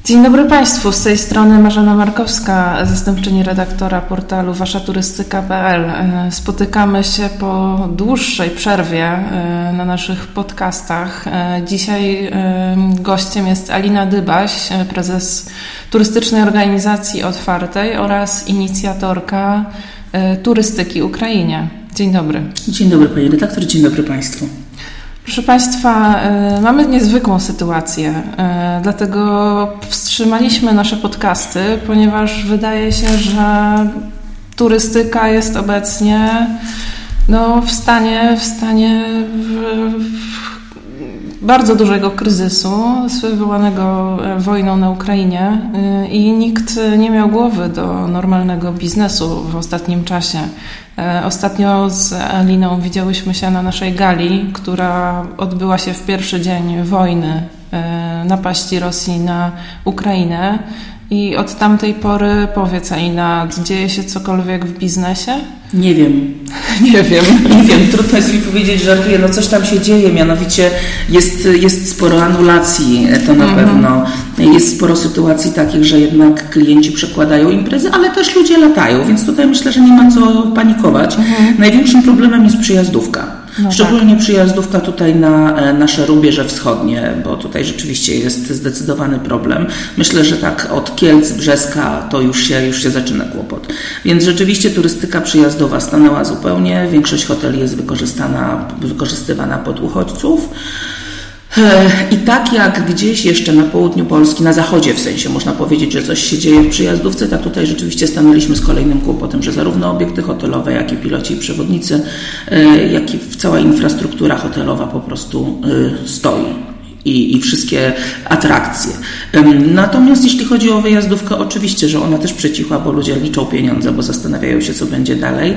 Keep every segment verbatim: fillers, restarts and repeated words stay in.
Dzień dobry Państwu, z tej strony Marzena Markowska, zastępczyni redaktora portalu wasza turystyka kropka p l. Spotykamy się po dłuższej przerwie na naszych podcastach. Dzisiaj gościem jest Alina Dybaś, prezes Turystycznej Organizacji Otwartej oraz inicjatorka turystyki Ukrainie. Dzień dobry. Dzień dobry Pani redaktor, dzień dobry Państwu. Proszę Państwa, mamy niezwykłą sytuację, dlatego wstrzymaliśmy nasze podcasty, ponieważ wydaje się, że turystyka jest obecnie no, w stanie, w stanie w, w bardzo dużego kryzysu wywołanego wojną na Ukrainie i nikt nie miał głowy do normalnego biznesu w ostatnim czasie. Ostatnio z Aliną widziałyśmy się na naszej gali, która odbyła się w pierwszy dzień wojny, napaści Rosji na Ukrainę. I od tamtej pory, powiedz Alina, dzieje się cokolwiek w biznesie? Nie wiem. Nie wiem. Nie wiem, trudno jest mi powiedzieć, żartuję, no coś tam się dzieje, mianowicie jest, jest sporo anulacji, to na mm-hmm. pewno. Jest sporo sytuacji takich, że jednak klienci przekładają imprezy, ale też ludzie latają, więc tutaj myślę, że nie ma co panikować. Mm-hmm. Największym problemem jest przyjazdówka. No Szczególnie tak. przyjazdówka tutaj na nasze rubieże wschodnie, bo tutaj rzeczywiście jest zdecydowany problem. Myślę, że tak od Kielc, Brzeska to już się, już się zaczyna kłopot. Więc rzeczywiście turystyka przyjazdowa stanęła zupełnie. Większość hoteli jest wykorzystana, wykorzystywana pod uchodźców. I tak jak gdzieś jeszcze na południu Polski, na zachodzie w sensie można powiedzieć, że coś się dzieje w przyjazdówce, tak tutaj rzeczywiście stanęliśmy z kolejnym kłopotem, że zarówno obiekty hotelowe, jak i piloci i przewodnicy, jak i cała infrastruktura hotelowa po prostu stoi. I, i wszystkie atrakcje. Natomiast jeśli chodzi o wyjazdówkę, oczywiście, że ona też przycichła, bo ludzie liczą pieniądze, bo zastanawiają się, co będzie dalej.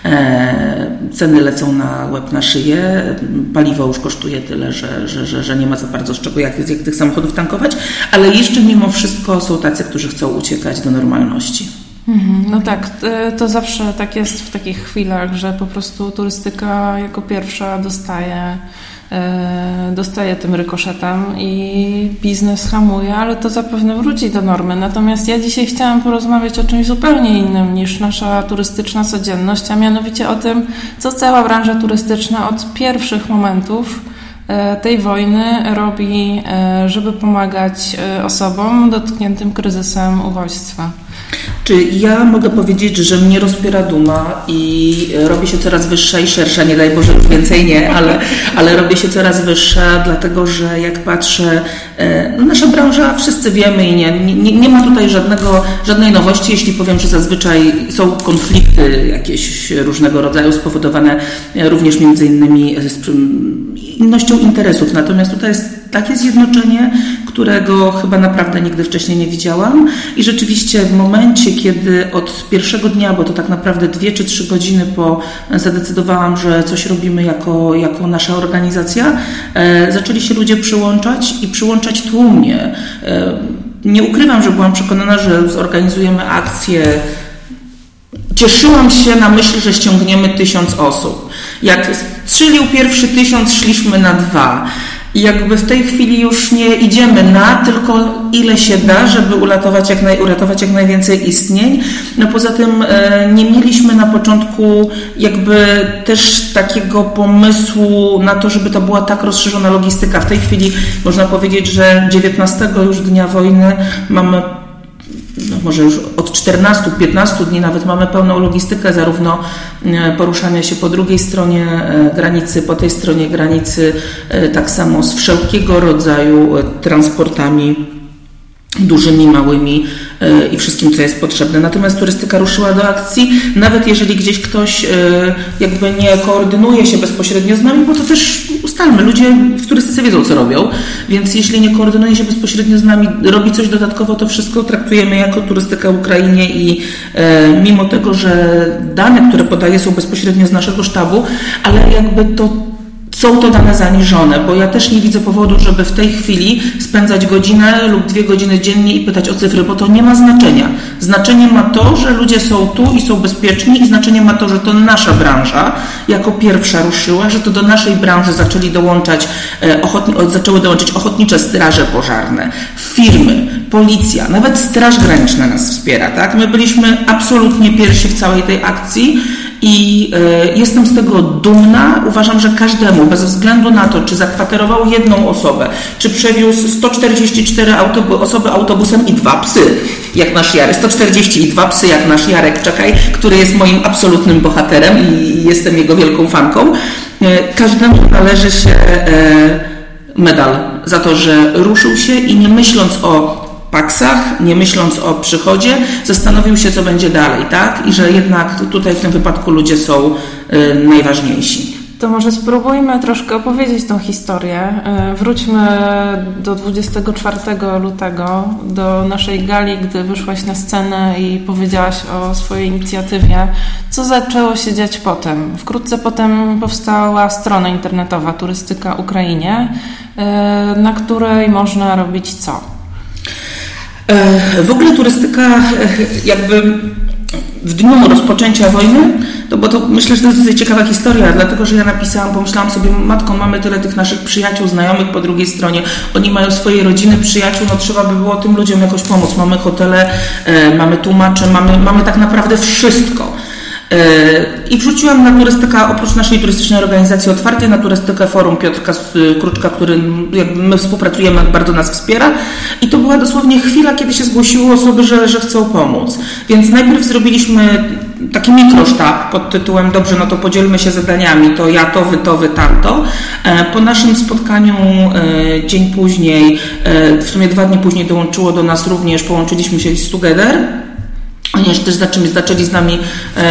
E, ceny lecą na łeb, na szyję. Paliwo już kosztuje tyle, że, że, że, że nie ma za bardzo z czego jak, jak tych samochodów tankować, ale jeszcze mimo wszystko są tacy, którzy chcą uciekać do normalności. No tak, to zawsze tak jest w takich chwilach, że po prostu turystyka jako pierwsza dostaje dostaje tym rykoszetem i biznes hamuje, ale to zapewne wróci do normy. Natomiast ja dzisiaj chciałam porozmawiać o czymś zupełnie innym niż nasza turystyczna codzienność, a mianowicie o tym, co cała branża turystyczna od pierwszych momentów tej wojny robi, żeby pomagać osobom dotkniętym kryzysem uchodźstwa. Czy ja mogę powiedzieć, że mnie rozpiera duma i robi się coraz wyższa i szersza, nie daj Boże, już więcej nie, ale, ale robi się coraz wyższa, dlatego że jak patrzę, no nasza branża, wszyscy wiemy i nie, nie, nie ma tutaj żadnego, żadnej nowości, jeśli powiem, że zazwyczaj są konflikty jakieś różnego rodzaju spowodowane również między innymi innością interesów, natomiast tutaj jest takie zjednoczenie, którego chyba naprawdę nigdy wcześniej nie widziałam i rzeczywiście w momencie, kiedy od pierwszego dnia, bo to tak naprawdę dwie czy trzy godziny po zadecydowałam, że coś robimy jako, jako nasza organizacja, e, zaczęli się ludzie przyłączać i przyłączać tłumnie. E, nie ukrywam, że byłam przekonana, że zorganizujemy akcję. Cieszyłam się na myśl, że ściągniemy tysiąc osób. Jak strzelił pierwszy tysiąc, szliśmy na dwa. I jakby w tej chwili już nie idziemy na, tylko ile się da, żeby uratować jak, naj, uratować jak najwięcej istnień. No poza tym e, nie mieliśmy na początku jakby też takiego pomysłu na to, żeby to była tak rozszerzona logistyka. W tej chwili można powiedzieć, że dziewiętnastego już dnia wojny mamy no może już od czternastu piętnastu dni nawet mamy pełną logistykę, zarówno poruszania się po drugiej stronie granicy, po tej stronie granicy, tak samo z wszelkiego rodzaju transportami dużymi, małymi i wszystkim, co jest potrzebne. Natomiast turystyka ruszyła do akcji, nawet jeżeli gdzieś ktoś jakby nie koordynuje się bezpośrednio z nami, bo to też ustalmy, ludzie w turystyce wiedzą, co robią, więc jeśli nie koordynuje się bezpośrednio z nami, robi coś dodatkowo, to wszystko traktujemy jako turystykę w Ukrainie i mimo tego, że dane, które podaję, są bezpośrednio z naszego sztabu, ale jakby to są to dane zaniżone, bo ja też nie widzę powodu, żeby w tej chwili spędzać godzinę lub dwie godziny dziennie i pytać o cyfry, bo to nie ma znaczenia. Znaczenie ma to, że ludzie są tu i są bezpieczni i znaczenie ma to, że to nasza branża jako pierwsza ruszyła, że to do naszej branży zaczęli dołączać, ochotni, zaczęły dołączyć ochotnicze straże pożarne, firmy, policja, nawet Straż Graniczna nas wspiera, tak? My byliśmy absolutnie pierwsi w całej tej akcji i y, jestem z tego dumna. Uważam, że każdemu, bez względu na to, czy zakwaterował jedną osobę, czy przewiózł sto czterdzieści cztery autobu- osoby autobusem i dwa psy, jak nasz Jarek, sto czterdzieści dwa psy, jak nasz Jarek, czekaj, który jest moim absolutnym bohaterem i jestem jego wielką fanką, y, każdemu należy się y, medal za to, że ruszył się i nie myśląc o paksach, nie myśląc o przychodzie, zastanowił się, co będzie dalej, tak? I że jednak tutaj w tym wypadku ludzie są y, najważniejsi. To może spróbujmy troszkę opowiedzieć tą historię. Wróćmy do dwudziestego czwartego lutego, do naszej gali, gdy wyszłaś na scenę i powiedziałaś o swojej inicjatywie. Co zaczęło się dziać potem? Wkrótce potem powstała strona internetowa Turystyka Ukrainie, na której można robić co? W ogóle turystyka jakby w dniu rozpoczęcia wojny, to, bo to myślę, że to jest dosyć ciekawa historia, dlatego, że ja napisałam, pomyślałam sobie, matko, mamy tyle tych naszych przyjaciół, znajomych po drugiej stronie, oni mają swoje rodziny, przyjaciół, no trzeba by było tym ludziom jakoś pomóc. Mamy hotele, e, mamy tłumacze, mamy, mamy tak naprawdę wszystko. I wrzuciłam na turystykę, oprócz naszej turystycznej organizacji otwartej, na turystykę forum Piotrka Kruczka, który my współpracujemy, bardzo nas wspiera. I to była dosłownie chwila, kiedy się zgłosiły osoby, że, że chcą pomóc. Więc najpierw zrobiliśmy taki mikrosztab pod tytułem dobrze, no to podzielmy się zadaniami, to ja to, wy to, wy tamto. Po naszym spotkaniu dzień później, w sumie dwa dni później dołączyło do nas również, połączyliśmy się z Together. Oni też zaczęli, zaczęli z nami,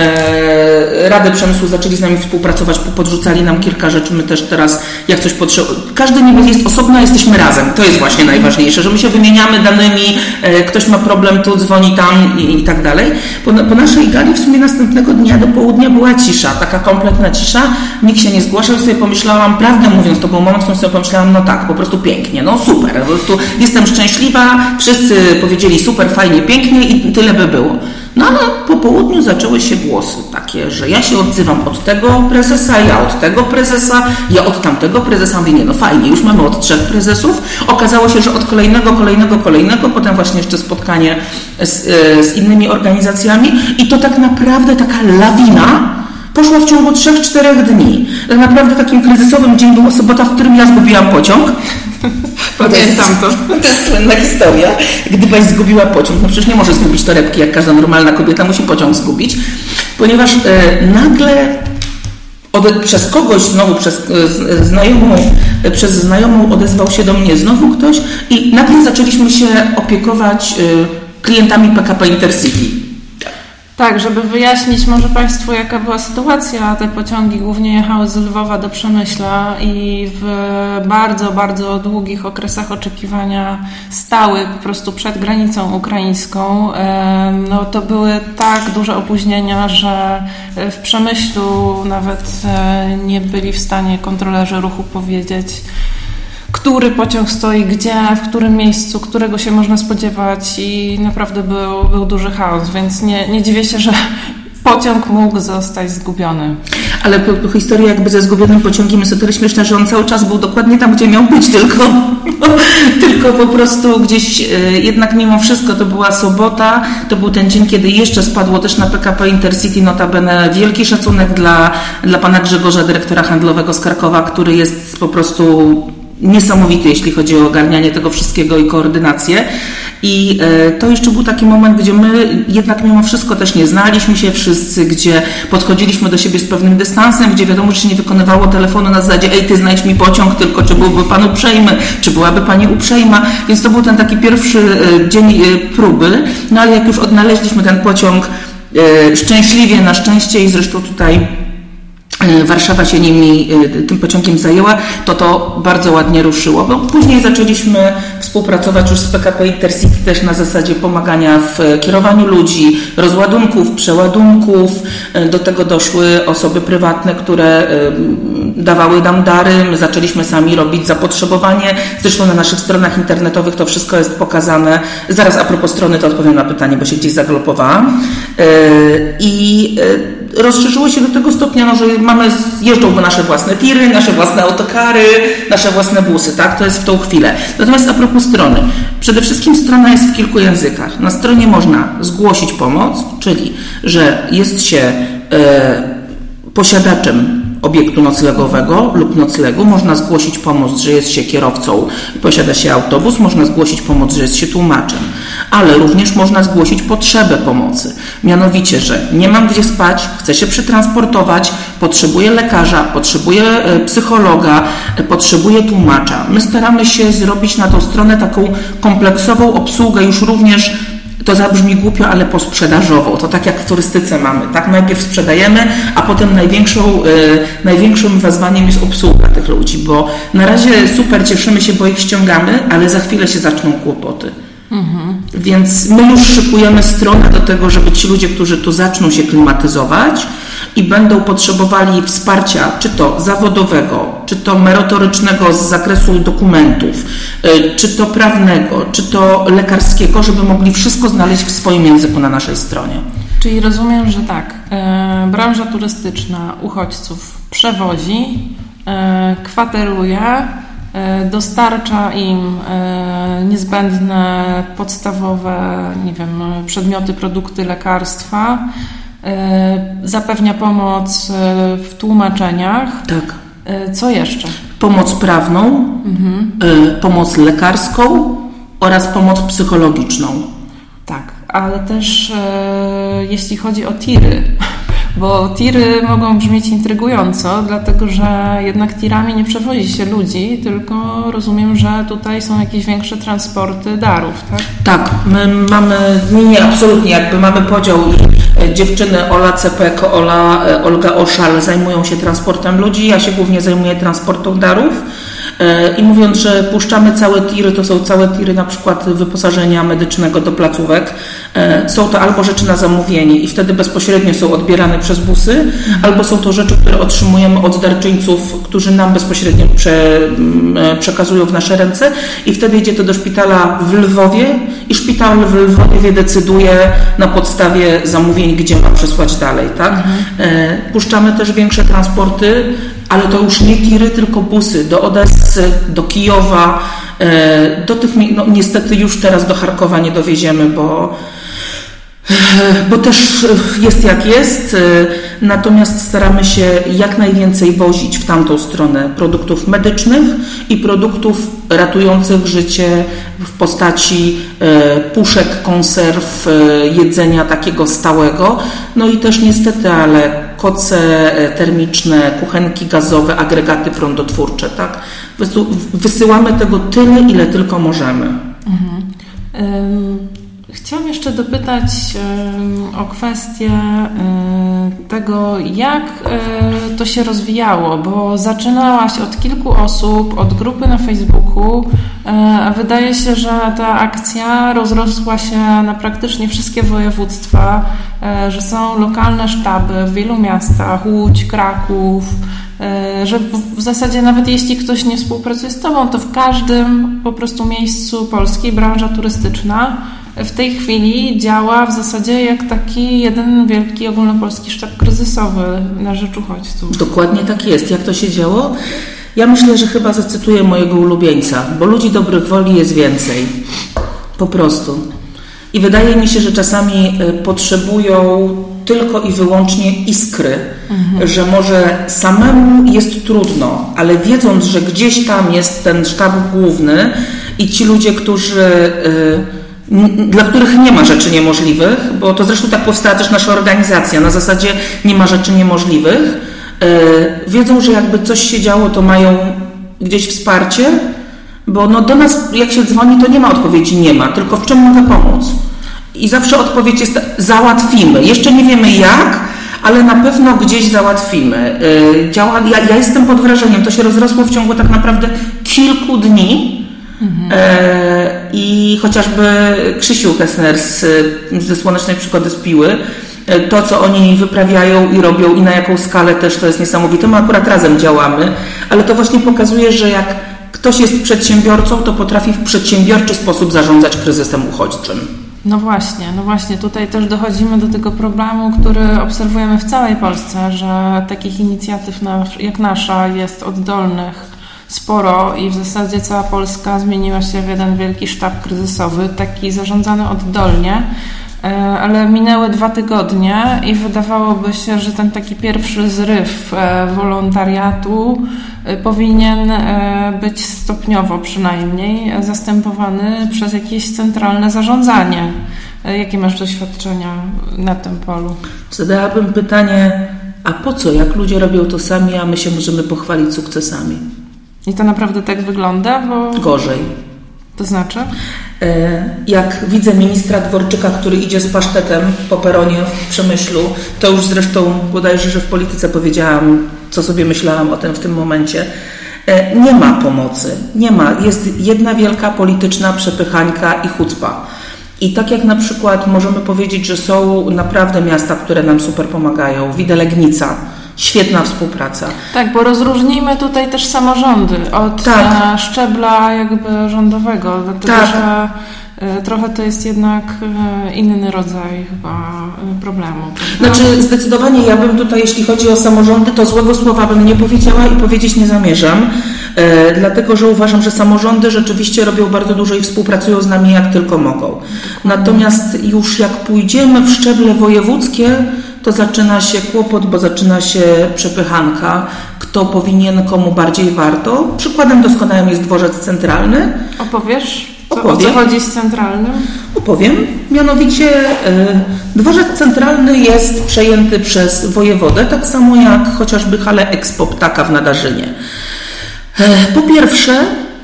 e, Radę Przemysłu zaczęli z nami współpracować, podrzucali nam kilka rzeczy, my też teraz jak coś potrzebujemy, każdy niby jest osobno, jesteśmy razem, to jest właśnie najważniejsze, że my się wymieniamy danymi, e, ktoś ma problem tu, dzwoni tam i, i tak dalej. Po, po naszej gali w sumie następnego dnia do południa była cisza, taka kompletna cisza, nikt się nie zgłaszał, sobie pomyślałam, prawdę mówiąc, to był moment, w którym sobie pomyślałam, no tak, po prostu pięknie, no super, po prostu jestem szczęśliwa, wszyscy powiedzieli super, fajnie, pięknie i tyle by było. No ale po południu zaczęły się głosy takie, że ja się odzywam od tego prezesa, ja od tego prezesa, ja od tamtego prezesa. Mówię, nie no fajnie, już mamy od trzech prezesów. Okazało się, że od kolejnego, kolejnego, kolejnego, potem właśnie jeszcze spotkanie z, z innymi organizacjami i to tak naprawdę taka lawina poszła w ciągu trzech, czterech dni. Tak naprawdę takim kryzysowym dzień była sobota, w którym ja zgubiłam pociąg. Pamiętam to. To jest słynna historia. Gdybyś zgubiła pociąg, no przecież nie może zgubić torebki, jak każda normalna kobieta musi pociąg zgubić, ponieważ e, nagle od, przez kogoś, znowu przez e, znajomą, e, przez znajomą odezwał się do mnie znowu ktoś i nagle zaczęliśmy się opiekować e, klientami P K P Intercity. Tak, żeby wyjaśnić może Państwu, jaka była sytuacja. Te pociągi głównie jechały z Lwowa do Przemyśla i w bardzo, bardzo długich okresach oczekiwania stały po prostu przed granicą ukraińską. No, to były tak duże opóźnienia, że w Przemyślu nawet nie byli w stanie kontrolerzy ruchu powiedzieć, który pociąg stoi gdzie, w którym miejscu, którego się można spodziewać i naprawdę był, był duży chaos, więc nie, nie dziwię się, że pociąg mógł zostać zgubiony. Ale po, po historii jakby ze zgubionym pociągiem jest o tyle śmieszne, że on cały czas był dokładnie tam, gdzie miał być, tylko, tylko po prostu gdzieś e, jednak mimo wszystko to była sobota, to był ten dzień, kiedy jeszcze spadło też na P K P Intercity, notabene wielki szacunek dla, dla pana Grzegorza, dyrektora handlowego z Krakowa, który jest po prostu niesamowity, jeśli chodzi o ogarnianie tego wszystkiego i koordynację. I e, to jeszcze był taki moment, gdzie my jednak mimo wszystko też nie znaliśmy się wszyscy, gdzie podchodziliśmy do siebie z pewnym dystansem, gdzie wiadomo, że się nie wykonywało telefonu na zasadzie ej, ty znajdź mi pociąg, tylko czy byłby pan uprzejmy, czy byłaby pani uprzejma. Więc to był ten taki pierwszy e, dzień e, próby. No ale jak już odnaleźliśmy ten pociąg e, szczęśliwie, na szczęście i zresztą tutaj Warszawa się nimi, tym pociągiem zajęła, to to bardzo ładnie ruszyło. Bo później zaczęliśmy współpracować już z P K P Intercity też na zasadzie pomagania w kierowaniu ludzi, rozładunków, przeładunków. Do tego doszły osoby prywatne, które dawały nam dary. My zaczęliśmy sami robić zapotrzebowanie. Zresztą na naszych stronach internetowych to wszystko jest pokazane. Zaraz a propos strony to odpowiem na pytanie, bo się gdzieś zagalopowałam. I rozszerzyło się do tego stopnia, no, że mamy, jeżdżą nasze własne tiry, nasze własne autokary, nasze własne busy, tak? To jest w tą chwilę. Natomiast a propos strony. Przede wszystkim strona jest w kilku językach. Na stronie można zgłosić pomoc, czyli, że jest się e, posiadaczem obiektu noclegowego lub noclegu. Można zgłosić pomoc, że jest się kierowcą i posiada się autobus. Można zgłosić pomoc, że jest się tłumaczem. Ale również można zgłosić potrzebę pomocy. Mianowicie, że nie mam gdzie spać, chcę się przetransportować, potrzebuję lekarza, potrzebuję psychologa, potrzebuję tłumacza. My staramy się zrobić na tą stronę taką kompleksową obsługę już również. To zabrzmi głupio, ale posprzedażową. To tak jak w turystyce mamy. Tak, najpierw sprzedajemy, a potem największą, yy, największym wyzwaniem jest obsługa tych ludzi, bo na razie super cieszymy się, bo ich ściągamy, ale za chwilę się zaczną kłopoty. Mhm. Więc my już szykujemy stronę do tego, żeby ci ludzie, którzy tu zaczną się klimatyzować i będą potrzebowali wsparcia, czy to zawodowego, czy to merytorycznego z zakresu dokumentów, czy to prawnego, czy to lekarskiego, żeby mogli wszystko znaleźć w swoim języku na naszej stronie. Czyli rozumiem, że tak, e, branża turystyczna uchodźców przewozi, e, kwateruje, e, dostarcza im e, niezbędne, podstawowe, nie wiem, przedmioty, produkty, lekarstwa, e, zapewnia pomoc w tłumaczeniach. Tak. E, co jeszcze? Pomoc prawną, mhm. e, pomoc lekarską oraz pomoc psychologiczną. Tak, ale też e, jeśli chodzi o tiry, bo tiry mogą brzmieć intrygująco, dlatego że jednak tirami nie przewozi się ludzi, tylko rozumiem, że tutaj są jakieś większe transporty darów, tak? Tak, my mamy, nie, absolutnie, jakby mamy podział i dziewczyny Ola Cepek, Ola, Olga Oszal zajmują się transportem ludzi, ja się głównie zajmuję transportem darów. I mówiąc, że puszczamy całe tiry, to są całe tiry na przykład wyposażenia medycznego do placówek. Są to albo rzeczy na zamówienie i wtedy bezpośrednio są odbierane przez busy, mhm. albo są to rzeczy, które otrzymujemy od darczyńców, którzy nam bezpośrednio prze, przekazują w nasze ręce i wtedy idzie to do szpitala w Lwowie i szpital w Lwowie decyduje na podstawie zamówień, gdzie ma przesłać dalej. Tak? Mhm. Puszczamy też większe transporty, ale to już nie tiry, tylko busy do Odessy, do Kijowa, do tych, no niestety już teraz do Charkowa nie dowieziemy, bo, bo też jest jak jest, natomiast staramy się jak najwięcej wozić w tamtą stronę produktów medycznych i produktów ratujących życie w postaci puszek, konserw, jedzenia takiego stałego, no i też niestety, ale koce termiczne, kuchenki gazowe, agregaty prądotwórcze, tak? Wysyłamy tego tyle, ile tylko możemy. Mhm. Um, chciałam jeszcze dopytać um, o kwestię um, tego, jak um, to się rozwijało, bo zaczynałaś od kilku osób, od grupy na Facebooku, a wydaje się, że ta akcja rozrosła się na praktycznie wszystkie województwa, że są lokalne sztaby w wielu miastach, Łódź, Kraków, że w zasadzie nawet jeśli ktoś nie współpracuje z Tobą, to w każdym po prostu miejscu Polski branża turystyczna w tej chwili działa w zasadzie jak taki jeden wielki ogólnopolski sztab kryzysowy na rzecz uchodźców. Dokładnie tak jest. Jak to się działo? Ja myślę, że chyba zacytuję mojego ulubieńca, bo ludzi dobrych woli jest więcej. Po prostu. I wydaje mi się, że czasami potrzebują tylko i wyłącznie iskry, mhm. że może samemu jest trudno, ale wiedząc, że gdzieś tam jest ten sztab główny i ci ludzie, którzy... dla których nie ma rzeczy niemożliwych, bo to zresztą tak powstała też nasza organizacja, na zasadzie nie ma rzeczy niemożliwych, wiedzą, że jakby coś się działo, to mają gdzieś wsparcie, bo no do nas jak się dzwoni, to nie ma odpowiedzi, nie ma, tylko w czym mogę pomóc. I zawsze odpowiedź jest załatwimy. Jeszcze nie wiemy jak, ale na pewno gdzieś załatwimy. Działa, ja, ja jestem pod wrażeniem, to się rozrosło w ciągu tak naprawdę kilku dni. Mhm. E, I chociażby Krzysiu Kessner z, ze Słonecznej Przygody z Piły, to co oni wyprawiają i robią i na jaką skalę też to jest niesamowite. My akurat razem działamy, ale to właśnie pokazuje, że jak ktoś jest przedsiębiorcą, to potrafi w przedsiębiorczy sposób zarządzać kryzysem uchodźczym. No właśnie, no właśnie, tutaj też dochodzimy do tego problemu, który obserwujemy w całej Polsce, że takich inicjatyw jak nasza jest oddolnych sporo i w zasadzie cała Polska zmieniła się w jeden wielki sztab kryzysowy, taki zarządzany oddolnie, ale minęły dwa tygodnie i wydawałoby się, że ten taki pierwszy zryw wolontariatu powinien być stopniowo przynajmniej zastępowany przez jakieś centralne zarządzanie. Jakie masz doświadczenia na tym polu? Zadałabym pytanie, a po co, jak ludzie robią to sami, a my się możemy pochwalić sukcesami? I to naprawdę tak wygląda? Bo... Gorzej. To znaczy? Jak widzę ministra Dworczyka, który idzie z pasztetem po peronie w Przemyślu, to już zresztą bodajże, że w Polityce powiedziałam, co sobie myślałam o tym w tym momencie. Nie ma pomocy. Nie ma. Jest jedna wielka polityczna przepychańka i chucpa. I tak jak na przykład możemy powiedzieć, że są naprawdę miasta, które nam super pomagają. Widzę Legnica. Świetna współpraca. Tak, bo rozróżnijmy tutaj też samorządy od tak. szczebla jakby rządowego, dlatego tak. że trochę to jest jednak inny rodzaj chyba problemu. Prawda? Znaczy zdecydowanie ja bym tutaj, jeśli chodzi o samorządy, to złego słowa bym nie powiedziała i powiedzieć nie zamierzam, e, dlatego że uważam, że samorządy rzeczywiście robią bardzo dużo i współpracują z nami jak tylko mogą. Natomiast już jak pójdziemy w szczeble wojewódzkie, to zaczyna się kłopot, bo zaczyna się przepychanka, kto powinien, komu bardziej warto. Przykładem doskonałym jest dworzec centralny. Opowiesz, co, o co chodzi z centralnym? Opowiem. Mianowicie e, dworzec centralny jest przejęty przez wojewodę, tak samo jak chociażby hale Expo Ptaka w Nadarzynie. E, po pierwsze,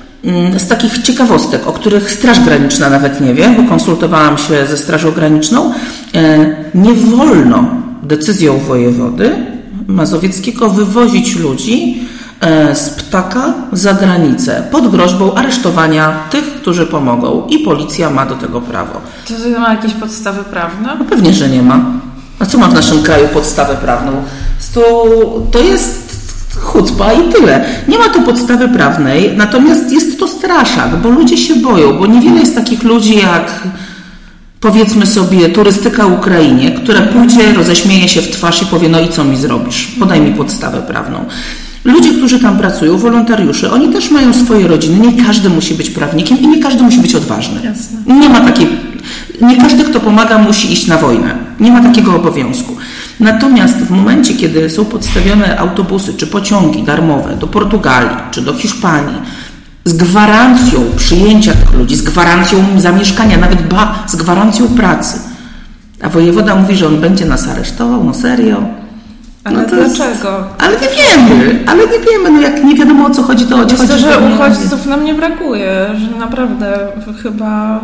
z takich ciekawostek, o których Straż Graniczna nawet nie wie, bo konsultowałam się ze Strażą Graniczną, nie wolno decyzją wojewody mazowieckiego wywozić ludzi z Ptaka za granicę pod groźbą aresztowania tych, którzy pomogą i policja ma do tego prawo. Czy to ma jakieś podstawy prawne? No pewnie, że nie ma. A co ma w naszym kraju podstawę prawną? To, to jest chucpa i tyle. Nie ma tu podstawy prawnej, natomiast jest to straszak, bo ludzie się boją, bo niewiele jest takich ludzi jak powiedzmy sobie turystyka w Ukrainie, która pójdzie, roześmieje się w twarz i powie, no i co mi zrobisz? Podaj mi podstawę prawną. Ludzie, którzy tam pracują, wolontariusze, oni też mają swoje rodziny. Nie każdy musi być prawnikiem i nie każdy musi być odważny. Jasne. Nie ma takiej, nie każdy, kto pomaga, musi iść na wojnę. Nie ma takiego obowiązku. Natomiast w momencie, kiedy są podstawione autobusy czy pociągi darmowe do Portugalii czy do Hiszpanii z gwarancją przyjęcia tych ludzi, z gwarancją zamieszkania, nawet ba, z gwarancją pracy, a wojewoda mówi, że on będzie nas aresztował, no serio? Ale no to dlaczego? Jest, ale nie wiemy, ale nie wiemy, no jak nie wiadomo o co chodzi, to o co chodzi. To, że uchodźców nam nie brakuje, że naprawdę chyba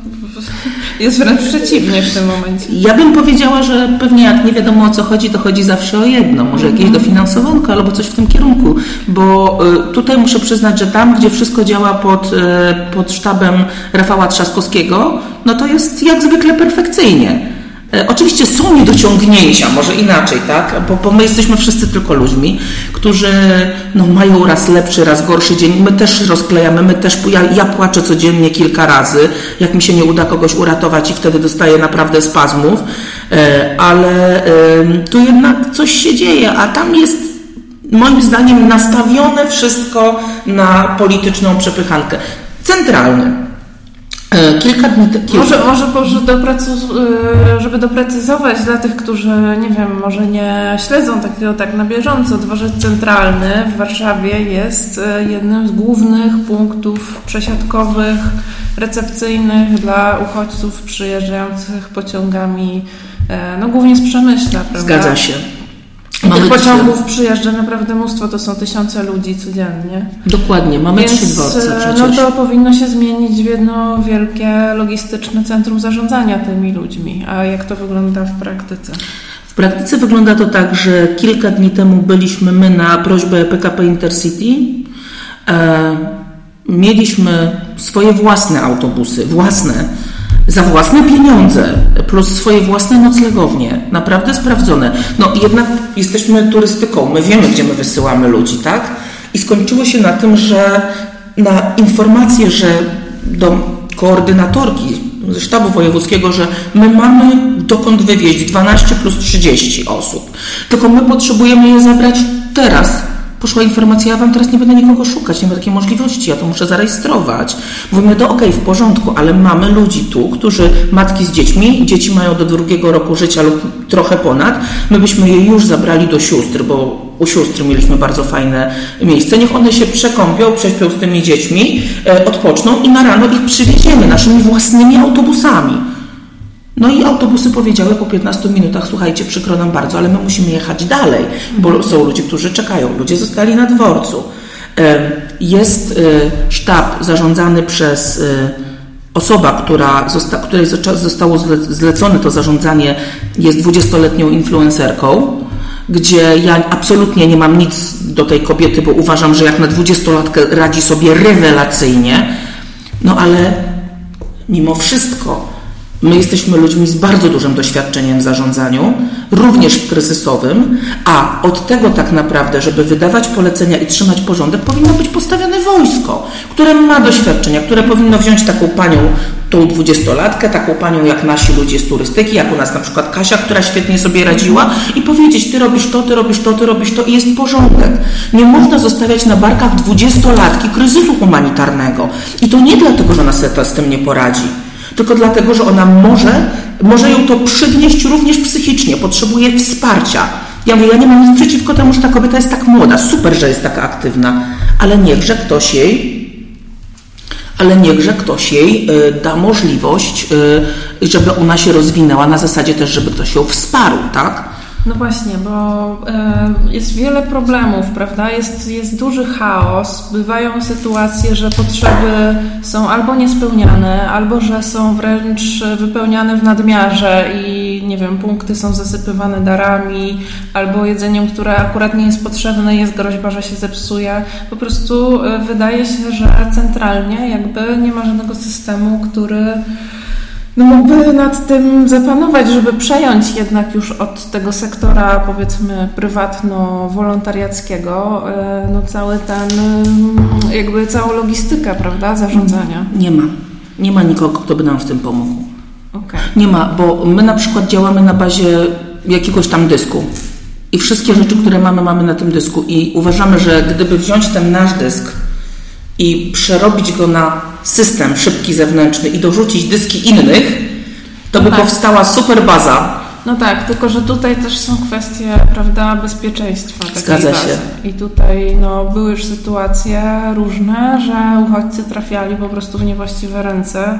jest wręcz przeciwnie w tym momencie. Ja bym powiedziała, że pewnie jak nie wiadomo o co chodzi, to chodzi zawsze o jedno, może jakieś dofinansowanko albo coś w tym kierunku, bo tutaj muszę przyznać, że tam, gdzie wszystko działa pod, pod sztabem Rafała Trzaskowskiego, no to jest jak zwykle perfekcyjnie. Oczywiście są niedociągnięcia, może inaczej, tak? Bo, bo my jesteśmy wszyscy tylko ludźmi, którzy no, mają raz lepszy, raz gorszy dzień. My też rozklejamy, my też, ja, ja płaczę codziennie kilka razy, jak mi się nie uda kogoś uratować i wtedy dostaję naprawdę spazmów, ale tu jednak coś się dzieje, a tam jest moim zdaniem nastawione wszystko na polityczną przepychankę. Centralny. Kilka dni kilka. Może, może, może doprecyz- żeby doprecyzować dla tych, którzy, nie wiem, może nie śledzą takiego tak na bieżąco, dworzec centralny w Warszawie jest jednym z głównych punktów przesiadkowych, recepcyjnych dla uchodźców przyjeżdżających pociągami, no głównie z Przemyśla, prawda? Zgadza się. Mamy tych pociągów trzy. Przyjeżdża naprawdę mnóstwo, to są tysiące ludzi codziennie. Dokładnie, mamy Więc, trzy dworce przecież. No to powinno się zmienić w jedno wielkie logistyczne centrum zarządzania tymi ludźmi. A jak to wygląda w praktyce? W W praktyce wygląda to tak, że kilka dni temu byliśmy my na prośbę P K P Intercity. E, mieliśmy swoje własne autobusy, własne, za własne pieniądze, plus swoje własne noclegownie, naprawdę sprawdzone. No jednak jesteśmy turystyką, my wiemy, gdzie my wysyłamy ludzi, tak? I skończyło się na tym, że na informację, że do koordynatorki ze sztabu wojewódzkiego, że my mamy dokąd wywieźć dwanaście plus trzydzieści osób, tylko my potrzebujemy je zabrać teraz. Poszła informacja, ja wam teraz nie będę nikogo szukać, nie ma takiej możliwości, ja to muszę zarejestrować. Mówimy, to okej, okay, w porządku, ale mamy ludzi tu, którzy, matki z dziećmi, dzieci mają do drugiego roku życia lub trochę ponad, my byśmy je już zabrali do sióstr, bo u sióstr mieliśmy bardzo fajne miejsce, niech one się przekąpią, prześpią z tymi dziećmi, e, odpoczną i na rano ich przywieziemy naszymi własnymi autobusami. No i autobusy powiedziały po piętnastu minutach, słuchajcie, przykro nam bardzo, ale my musimy jechać dalej, bo są ludzie, którzy czekają, ludzie zostali na dworcu. Jest sztab zarządzany przez osoba, która zosta, której zostało zlecone to zarządzanie, jest dwudziestoletnią influencerką, gdzie ja absolutnie nie mam nic do tej kobiety, bo uważam, że jak na dwudziestolatkę radzi sobie rewelacyjnie, no ale mimo wszystko my jesteśmy ludźmi z bardzo dużym doświadczeniem w zarządzaniu, również w kryzysowym, a od tego tak naprawdę, żeby wydawać polecenia i trzymać porządek, powinno być postawione wojsko, które ma doświadczenia, które powinno wziąć taką panią, tą dwudziestolatkę, taką panią jak nasi ludzie z turystyki, jak u nas na przykład Kasia, która świetnie sobie radziła i powiedzieć, ty robisz to, ty robisz to, ty robisz to i jest porządek. Nie można zostawiać na barkach dwudziestolatki kryzysu humanitarnego. I to nie dlatego, że ona sobie z tym nie poradzi, tylko dlatego, że ona może, może ją to przygnieść również psychicznie, potrzebuje wsparcia. Ja mówię, ja nie mam nic przeciwko temu, że ta kobieta jest tak młoda, super, że jest taka aktywna, ale niechże ktoś jej, ale niechże ktoś jej y, da możliwość, y, żeby ona się rozwinęła na zasadzie też, żeby ktoś ją wsparł, tak? No właśnie, bo y, jest wiele problemów, prawda? Jest, jest duży chaos, bywają sytuacje, że potrzeby są albo niespełniane, albo że są wręcz wypełniane w nadmiarze i nie wiem, punkty są zasypywane darami, albo jedzeniem, które akurat nie jest potrzebne, jest groźba, że się zepsuje. Po prostu y, wydaje się, że centralnie jakby nie ma żadnego systemu, który no mógłby nad tym zapanować, żeby przejąć jednak już od tego sektora, powiedzmy, prywatno-wolontariackiego, no cały ten, jakby całą logistykę, prawda, zarządzania. Nie ma. Nie ma nikogo, kto by nam w tym pomógł. Okay. Nie ma, bo my na przykład działamy na bazie jakiegoś tam dysku i wszystkie rzeczy, które mamy, mamy na tym dysku i uważamy, że gdyby wziąć ten nasz dysk i przerobić go na system szybki zewnętrzny i dorzucić dyski innych, to by no tak. powstała super baza. No tak, tylko że tutaj też są kwestie, prawda, bezpieczeństwa. Zgadza bazy. się. I tutaj no, były już sytuacje różne, że uchodźcy trafiali po prostu w niewłaściwe ręce.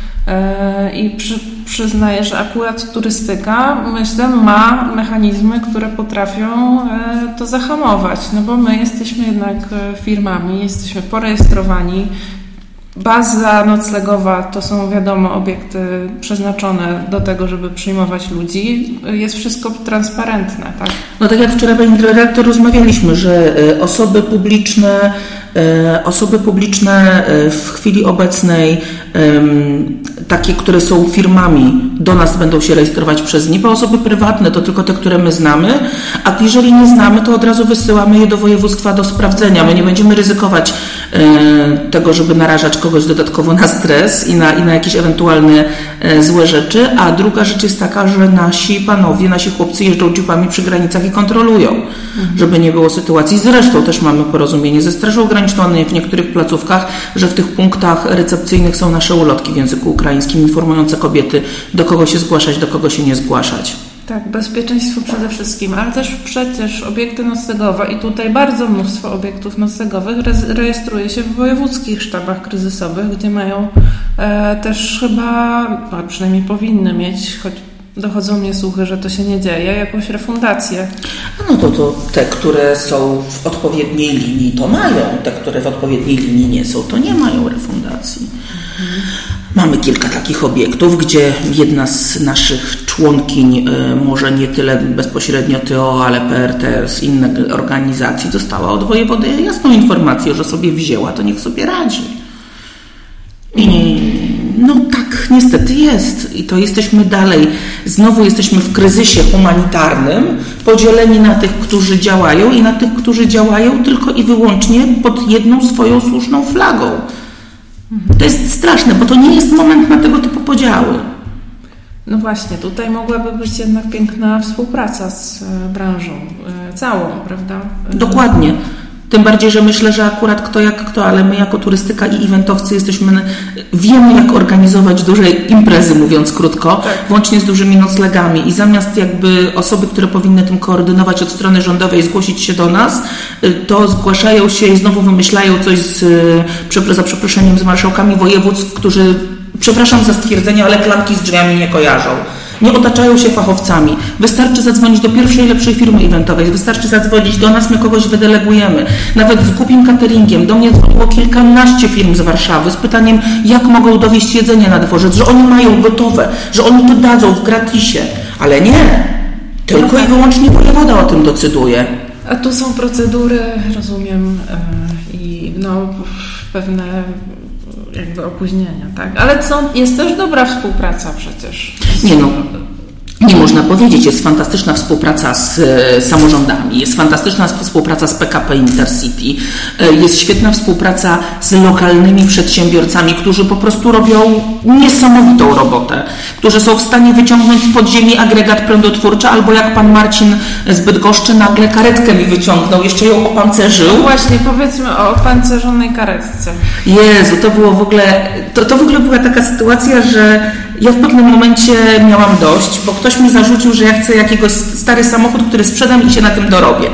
I przy, przyznaję, że akurat turystyka, myślę, ma mechanizmy, które potrafią to zahamować, no bo my jesteśmy jednak firmami, jesteśmy porejestrowani. Baza noclegowa to są, wiadomo, obiekty przeznaczone do tego, żeby przyjmować ludzi. Jest wszystko transparentne, tak? No tak jak wczoraj pani dyrektor rozmawialiśmy, że osoby publiczne, osoby publiczne w chwili obecnej, takie, które są firmami, do nas będą się rejestrować przez N I P, a osoby prywatne to tylko te, które my znamy, a jeżeli nie znamy, to od razu wysyłamy je do województwa do sprawdzenia. My nie będziemy ryzykować tego, żeby narażać kogoś dodatkowo na stres i na, i na jakieś ewentualne złe rzeczy, a druga rzecz jest taka, że nasi panowie, nasi chłopcy jeżdżą jeepami przy granicach i kontrolują, mhm. żeby nie było sytuacji. Zresztą też mamy porozumienie ze Strażą Graniczną w niektórych placówkach, że w tych punktach recepcyjnych są nasze ulotki w języku ukraińskim informujące kobiety, do kogo się zgłaszać, do kogo się nie zgłaszać. Tak, bezpieczeństwo przede wszystkim, ale też przecież obiekty noclegowe i tutaj bardzo mnóstwo obiektów noclegowych rejestruje się w wojewódzkich sztabach kryzysowych, gdzie mają e, też chyba, a przynajmniej powinny mieć, choć dochodzą mnie słuchy, że to się nie dzieje, jakąś refundację. No to, to te, które są w odpowiedniej linii, to mają. Te, które w odpowiedniej linii nie są, to nie mają refundacji. Mhm. Mamy kilka takich obiektów, gdzie jedna z naszych członkiń, może nie tyle bezpośrednio T O, ale P R T z innych organizacji, dostała od wojewody jasną informację, że sobie wzięła, to niech sobie radzi. I no tak niestety jest. I to jesteśmy dalej, znowu jesteśmy w kryzysie humanitarnym, podzieleni na tych, którzy działają i na tych, którzy działają tylko i wyłącznie pod jedną swoją słuszną flagą. To jest straszne, bo to nie jest moment na tego typu podziały. No właśnie, tutaj mogłaby być jednak piękna współpraca z branżą całą, prawda? Dokładnie. Tym bardziej, że myślę, że akurat kto jak kto, ale my jako turystyka i eventowcy jesteśmy, wiemy jak organizować duże imprezy, mówiąc krótko, tak. Włącznie z dużymi noclegami i zamiast jakby osoby, które powinny tym koordynować od strony rządowej zgłosić się do nas, to zgłaszają się i znowu wymyślają coś z, za przeproszeniem, z marszałkami województw, którzy, przepraszam za stwierdzenie, ale klamki z drzwiami nie kojarzą. Nie otaczają się fachowcami. Wystarczy zadzwonić do pierwszej lepszej firmy eventowej, wystarczy zadzwonić do nas, my kogoś wydelegujemy. Nawet z głupim cateringiem. Do mnie dzwoniło kilkanaście firm z Warszawy z pytaniem, jak mogą dowieźć jedzenie na dworzec, że oni mają gotowe, że oni to dadzą w gratisie. Ale nie. Tylko i wyłącznie wojewoda o tym decyduje. A tu są procedury, rozumiem, i no pewne jakby opóźnienia, tak? Ale co, jest też dobra współpraca przecież. Nie no, nie można powiedzieć, jest fantastyczna współpraca z e, samorządami, jest fantastyczna współpraca z P K P Intercity, e, jest świetna współpraca z lokalnymi przedsiębiorcami, którzy po prostu robią niesamowitą robotę, którzy są w stanie wyciągnąć z podziemi agregat prądotwórczy, albo jak pan Marcin z Bydgoszczy nagle karetkę mi wyciągnął, jeszcze ją opancerzył. No właśnie, powiedzmy o opancerzonej karetce. Jezu, to było w ogóle, to, to w ogóle była taka sytuacja, że ja w pewnym momencie miałam dość, bo ktoś mi zarzucił, że ja chcę jakiegoś stary samochód, który sprzedam i się na tym dorobię.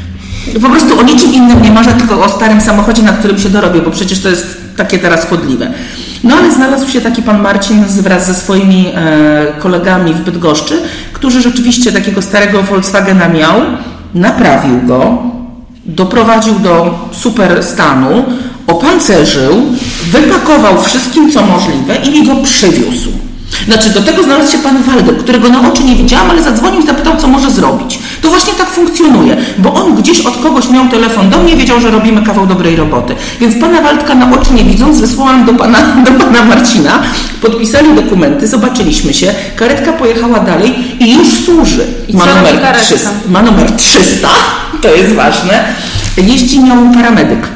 Po prostu o niczym innym nie marzę, tylko o starym samochodzie, na którym się dorobię, bo przecież to jest takie teraz chodliwe. No ale znalazł się taki pan Marcin wraz ze swoimi e, kolegami w Bydgoszczy, którzy rzeczywiście takiego starego Volkswagena miał, naprawił go, doprowadził do super stanu, opancerzył, wypakował wszystkim, co możliwe i mi go przywiózł. Znaczy, do tego znalazł się pan Waldek, którego na oczy nie widziałam, ale zadzwonił i zapytał, co może zrobić. To właśnie tak funkcjonuje, bo on gdzieś od kogoś miał telefon do mnie, wiedział, że robimy kawał dobrej roboty. Więc pana Waldka na oczy nie widząc, wysłałam do pana, do pana Marcina, podpisali dokumenty, zobaczyliśmy się, karetka pojechała dalej i już służy. I ma, co numer trzysta, ma numer trzysta, to jest ważne, jeździ nią paramedyk.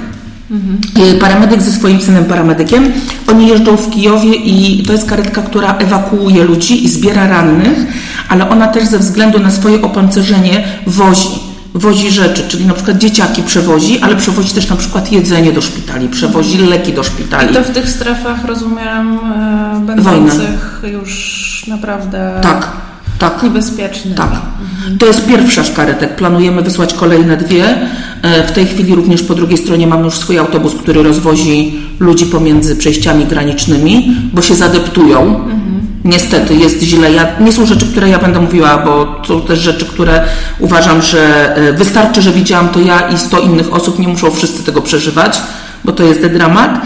Mhm. Paramedyk ze swoim synem paramedykiem. Oni jeżdżą w Kijowie i to jest karetka, która ewakuuje ludzi i zbiera rannych, ale ona też ze względu na swoje opancerzenie wozi. Wozi rzeczy, czyli na przykład dzieciaki przewozi, ale przewozi też na przykład jedzenie do szpitali, przewozi leki do szpitali. I to w tych strefach, rozumiem, e, będących już naprawdę... Tak. Tak, niebezpieczny. Tak. Mhm. To jest pierwsza z karetek. Planujemy wysłać kolejne dwie. W tej chwili również po drugiej stronie mamy już swój autobus, który rozwozi ludzi pomiędzy przejściami granicznymi, bo się zadeptują. Mhm. Niestety jest źle. Ja, nie są rzeczy, które ja będę mówiła, bo są też rzeczy, które uważam, że wystarczy, że widziałam to ja i sto innych osób. Nie muszą wszyscy tego przeżywać, bo to jest dramat.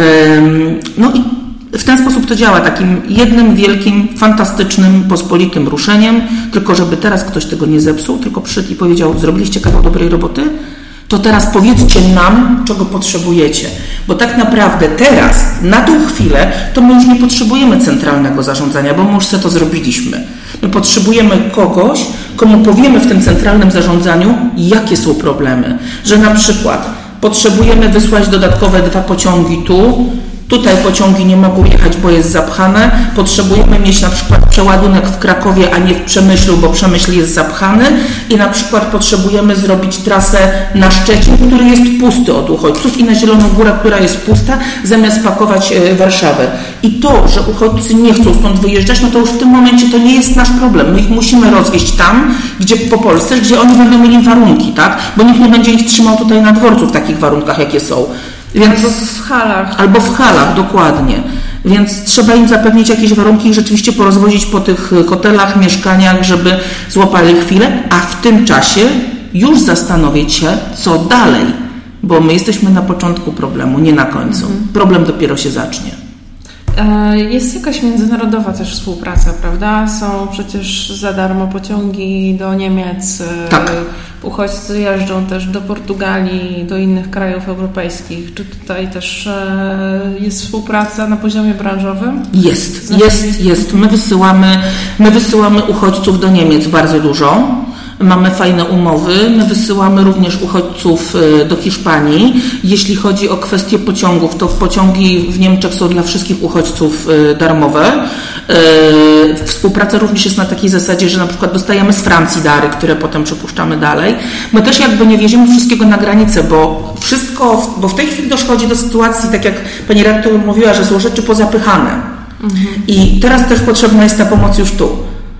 No i w ten sposób to działa, takim jednym wielkim, fantastycznym, pospolitym ruszeniem, tylko żeby teraz ktoś tego nie zepsuł, tylko przyszedł i powiedział, zrobiliście kawał dobrej roboty, to teraz powiedzcie nam, czego potrzebujecie. Bo tak naprawdę teraz, na tą chwilę, to my już nie potrzebujemy centralnego zarządzania, bo my już sobie to zrobiliśmy. My potrzebujemy kogoś, komu powiemy w tym centralnym zarządzaniu, jakie są problemy. Że na przykład potrzebujemy wysłać dodatkowe dwa pociągi tu, tutaj pociągi nie mogą jechać, bo jest zapchane. Potrzebujemy mieć na przykład przeładunek w Krakowie, a nie w Przemyślu, bo Przemyśl jest zapchany. I na przykład potrzebujemy zrobić trasę na Szczecin, który jest pusty od uchodźców, i na Zieloną Górę, która jest pusta, zamiast pakować Warszawę. I to, że uchodźcy nie chcą stąd wyjeżdżać, no to już w tym momencie to nie jest nasz problem. My ich musimy rozwieźć tam, gdzie po Polsce, gdzie oni będą mieli warunki, tak? Bo nikt nie będzie ich trzymał tutaj na dworcu w takich warunkach, jakie są. Więc, albo w halach. Albo w halach, dokładnie. Więc trzeba im zapewnić jakieś warunki i rzeczywiście porozwozić po tych hotelach, mieszkaniach, żeby złapali chwilę, a w tym czasie już zastanowić się, co dalej. Bo my jesteśmy na początku problemu, nie na końcu. Mhm. Problem dopiero się zacznie. Jest jakaś międzynarodowa też współpraca, prawda? Są przecież za darmo pociągi do Niemiec. Tak. Uchodźcy jeżdżą też do Portugalii, do innych krajów europejskich. Czy tutaj też jest współpraca na poziomie branżowym? Jest, znaczy... jest, jest. My wysyłamy, my wysyłamy uchodźców do Niemiec bardzo dużo. Mamy fajne umowy. My wysyłamy również uchodźców do Hiszpanii. Jeśli chodzi o kwestię pociągów, to pociągi w Niemczech są dla wszystkich uchodźców darmowe. Współpraca również jest na takiej zasadzie, że na przykład dostajemy z Francji dary, które potem przepuszczamy dalej. My też jakby nie wieziemy wszystkiego na granicę, bo wszystko, bo w tej chwili dochodzi do sytuacji, tak jak pani redaktor mówiła, że są rzeczy pozapychane. Mhm. I teraz też potrzebna jest ta pomoc już tu,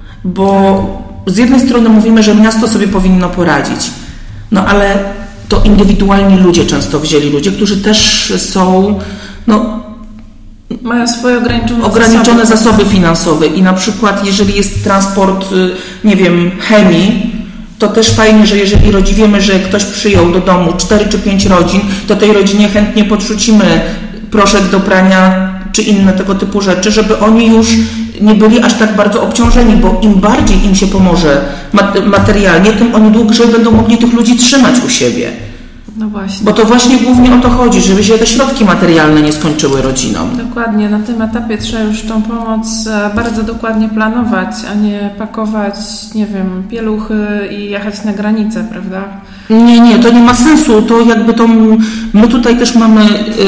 bo z jednej strony mówimy, że miasto sobie powinno poradzić, no ale to indywidualni ludzie często wzięli, ludzie, którzy też są, no, mają swoje ograniczone, ograniczone zasoby. zasoby finansowe i na przykład jeżeli jest transport, nie wiem, chemii, to też fajnie, że jeżeli rodzi, wiemy, że ktoś przyjął do domu cztery czy pięć rodzin, to tej rodzinie chętnie podrzucimy proszek do prania czy inne tego typu rzeczy, żeby oni już nie byli aż tak bardzo obciążeni, bo im bardziej im się pomoże materialnie, tym oni dłużej będą mogli tych ludzi trzymać u siebie. No właśnie. Bo to właśnie głównie o to chodzi, żeby się te środki materialne nie skończyły rodzinom. Dokładnie. Na tym etapie trzeba już tą pomoc bardzo dokładnie planować, a nie pakować, nie wiem, pieluchy i jechać na granicę, prawda? Nie, nie, to nie ma sensu. To jakby to my tutaj też mamy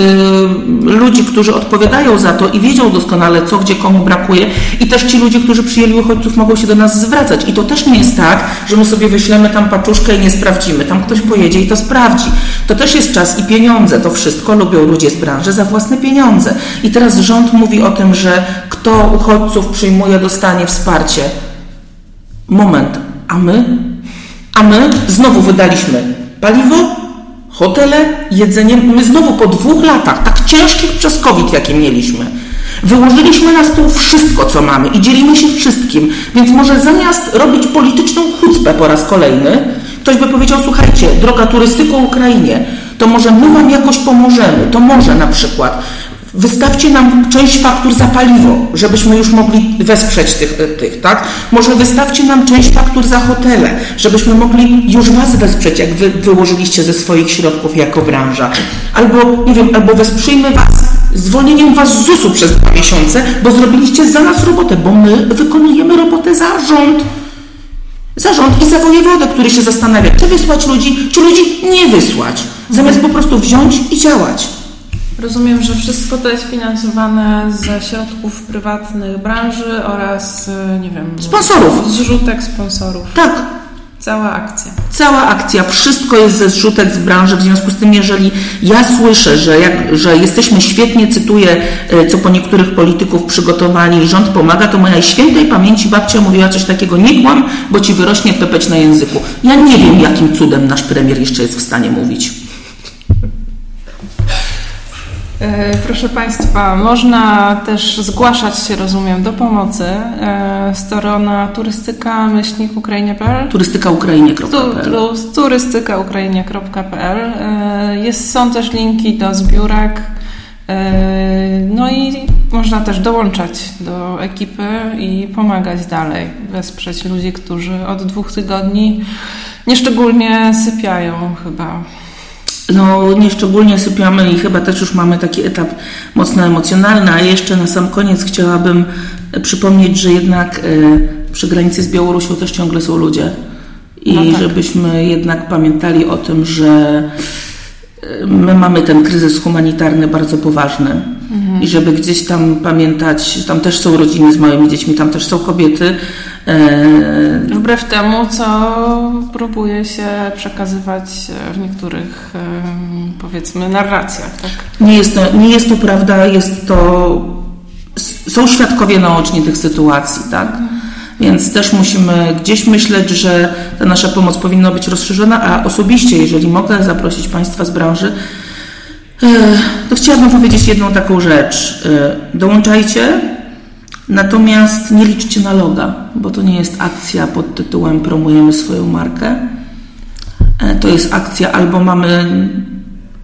y, ludzi, którzy odpowiadają za to i wiedzą doskonale, co gdzie komu brakuje i też ci ludzie, którzy przyjęli uchodźców, mogą się do nas zwracać. I to też nie jest tak, że my sobie wyślemy tam paczuszkę i nie sprawdzimy. Tam ktoś pojedzie i to sprawdzi. To też jest czas i pieniądze. To wszystko lubią ludzie z branży za własne pieniądze. I teraz rząd mówi o tym, że kto uchodźców przyjmuje, dostanie wsparcie. Moment, a my? A my znowu wydaliśmy paliwo, hotele, jedzenie. My znowu po dwóch latach, tak ciężkich przez COVID, jakie mieliśmy, wyłożyliśmy na stół wszystko, co mamy i dzielimy się wszystkim. Więc może zamiast robić polityczną chucpę po raz kolejny, ktoś by powiedział, słuchajcie, droga turystyko Ukrainie, to może my wam jakoś pomożemy. To może na przykład wystawcie nam część faktur za paliwo, żebyśmy już mogli wesprzeć tych, tych, tak? Może wystawcie nam część faktur za hotele, żebyśmy mogli już was wesprzeć, jak wy wyłożyliście ze swoich środków jako branża. Albo, nie wiem, albo wesprzyjmy was zwolnieniem was z zusu przez dwa miesiące, bo zrobiliście za nas robotę, bo my wykonujemy robotę za rząd. Za rząd i za wojewodę, który się zastanawia, czy wysłać ludzi, czy ludzi nie wysłać, zamiast po prostu wziąć i działać. Rozumiem, że wszystko to jest finansowane ze środków prywatnych branży oraz, nie wiem... Sponsorów. Zrzutek sponsorów. Tak. Cała akcja. Cała akcja. Wszystko jest ze zrzutek z branży. W związku z tym, jeżeli ja słyszę, że, jak, że jesteśmy świetnie, cytuję, co po niektórych polityków przygotowani, rząd pomaga, to moja świętej pamięci babcia mówiła coś takiego: nie kłam, bo ci wyrośnie pepeć na języku. Ja nie wiem, jakim cudem nasz premier jeszcze jest w stanie mówić. Proszę Państwa, można też zgłaszać się, rozumiem, do pomocy. Strona turystyka myślnik ukrainie kropka p l turystyka ukrainie kropka p l turystyka ukrainie kropka p l Jest, są też linki do zbiórek. No i można też dołączać do ekipy i pomagać dalej, wesprzeć ludzi, którzy od dwóch tygodni nieszczególnie sypiają chyba. No, nieszczególnie sypiamy i chyba też już mamy taki etap mocno emocjonalny, a jeszcze na sam koniec chciałabym przypomnieć, że jednak przy granicy z Białorusią też ciągle są ludzie i no tak. Żebyśmy jednak pamiętali o tym, że my mamy ten kryzys humanitarny bardzo poważny mhm. i żeby gdzieś tam pamiętać, tam też są rodziny z małymi dziećmi, tam też są kobiety. Wbrew temu, co próbuje się przekazywać w niektórych, powiedzmy, narracjach. Tak? Nie jest to, nie jest to prawda, jest to, są świadkowie naoczni tych sytuacji, tak? Mhm. Więc też musimy gdzieś myśleć, że ta nasza pomoc powinna być rozszerzona, a osobiście, jeżeli mogę zaprosić Państwa z branży, to chciałabym powiedzieć jedną taką rzecz. Dołączajcie, natomiast nie liczcie na loga, bo to nie jest akcja pod tytułem promujemy swoją markę. To jest akcja albo mamy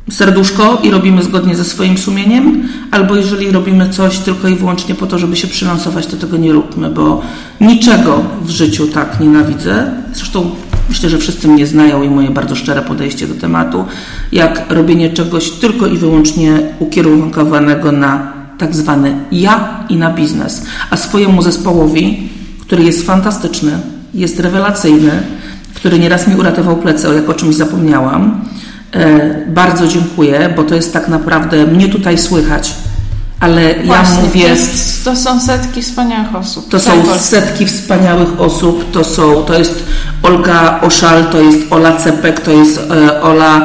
serduszko i robimy zgodnie ze swoim sumieniem, albo jeżeli robimy coś tylko i wyłącznie po to, żeby się przylansować, to tego nie róbmy, bo niczego w życiu tak nienawidzę. Zresztą myślę, że wszyscy mnie znają i moje bardzo szczere podejście do tematu, jak robienie czegoś tylko i wyłącznie ukierunkowanego na tak zwane ja i na biznes. A swojemu zespołowi, który jest fantastyczny, jest rewelacyjny, który nieraz mi uratował plecy, o jak o czymś zapomniałam, bardzo dziękuję, bo to jest tak naprawdę mnie tutaj słychać, ale Właśnie, ja mówię... To, jest, to są setki wspaniałych osób. To są setki wspaniałych osób, to są, to jest Olga Oszal, to jest Ola Cepek, to jest e, Ola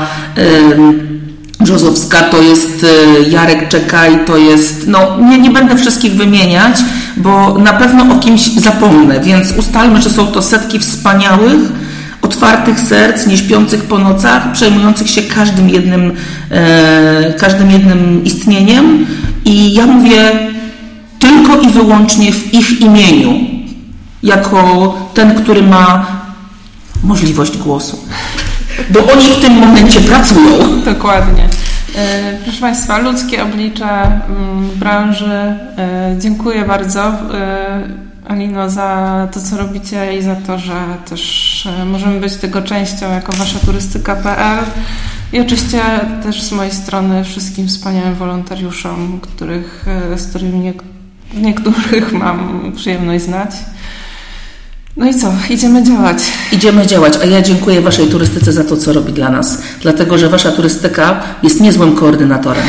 e, Brzozowska, to jest e, Jarek Czekaj, to jest... No, nie, nie będę wszystkich wymieniać, bo na pewno o kimś zapomnę, więc ustalmy, że są to setki wspaniałych, otwartych serc, nie śpiących po nocach, przejmujących się każdym jednym, e, każdym jednym istnieniem i ja mówię tylko i wyłącznie w ich imieniu, jako ten, który ma możliwość głosu, bo oni w tym momencie pracują. Dokładnie. E, proszę Państwa, ludzkie oblicze m, branży. E, dziękuję bardzo e, Alino, za to, co robicie i za to, że też możemy być tego częścią jako Wasza turystyka kropka pe el i oczywiście też z mojej strony wszystkim wspaniałym wolontariuszom, których, z którymi nie, niektórych mam przyjemność znać. No i co? Idziemy działać. Idziemy działać, a ja dziękuję Waszej turystyce za to, co robi dla nas, dlatego, że Wasza turystyka jest niezłym koordynatorem.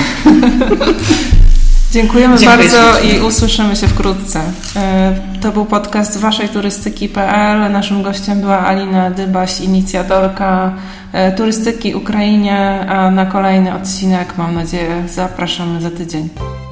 Dziękujemy Dziękuję bardzo i usłyszymy się wkrótce. To był podcast Waszej turystyki kropka pe el. Naszym gościem była Alina Dybaś, inicjatorka turystyki Ukrainie, a na kolejny odcinek, mam nadzieję, zapraszamy za tydzień.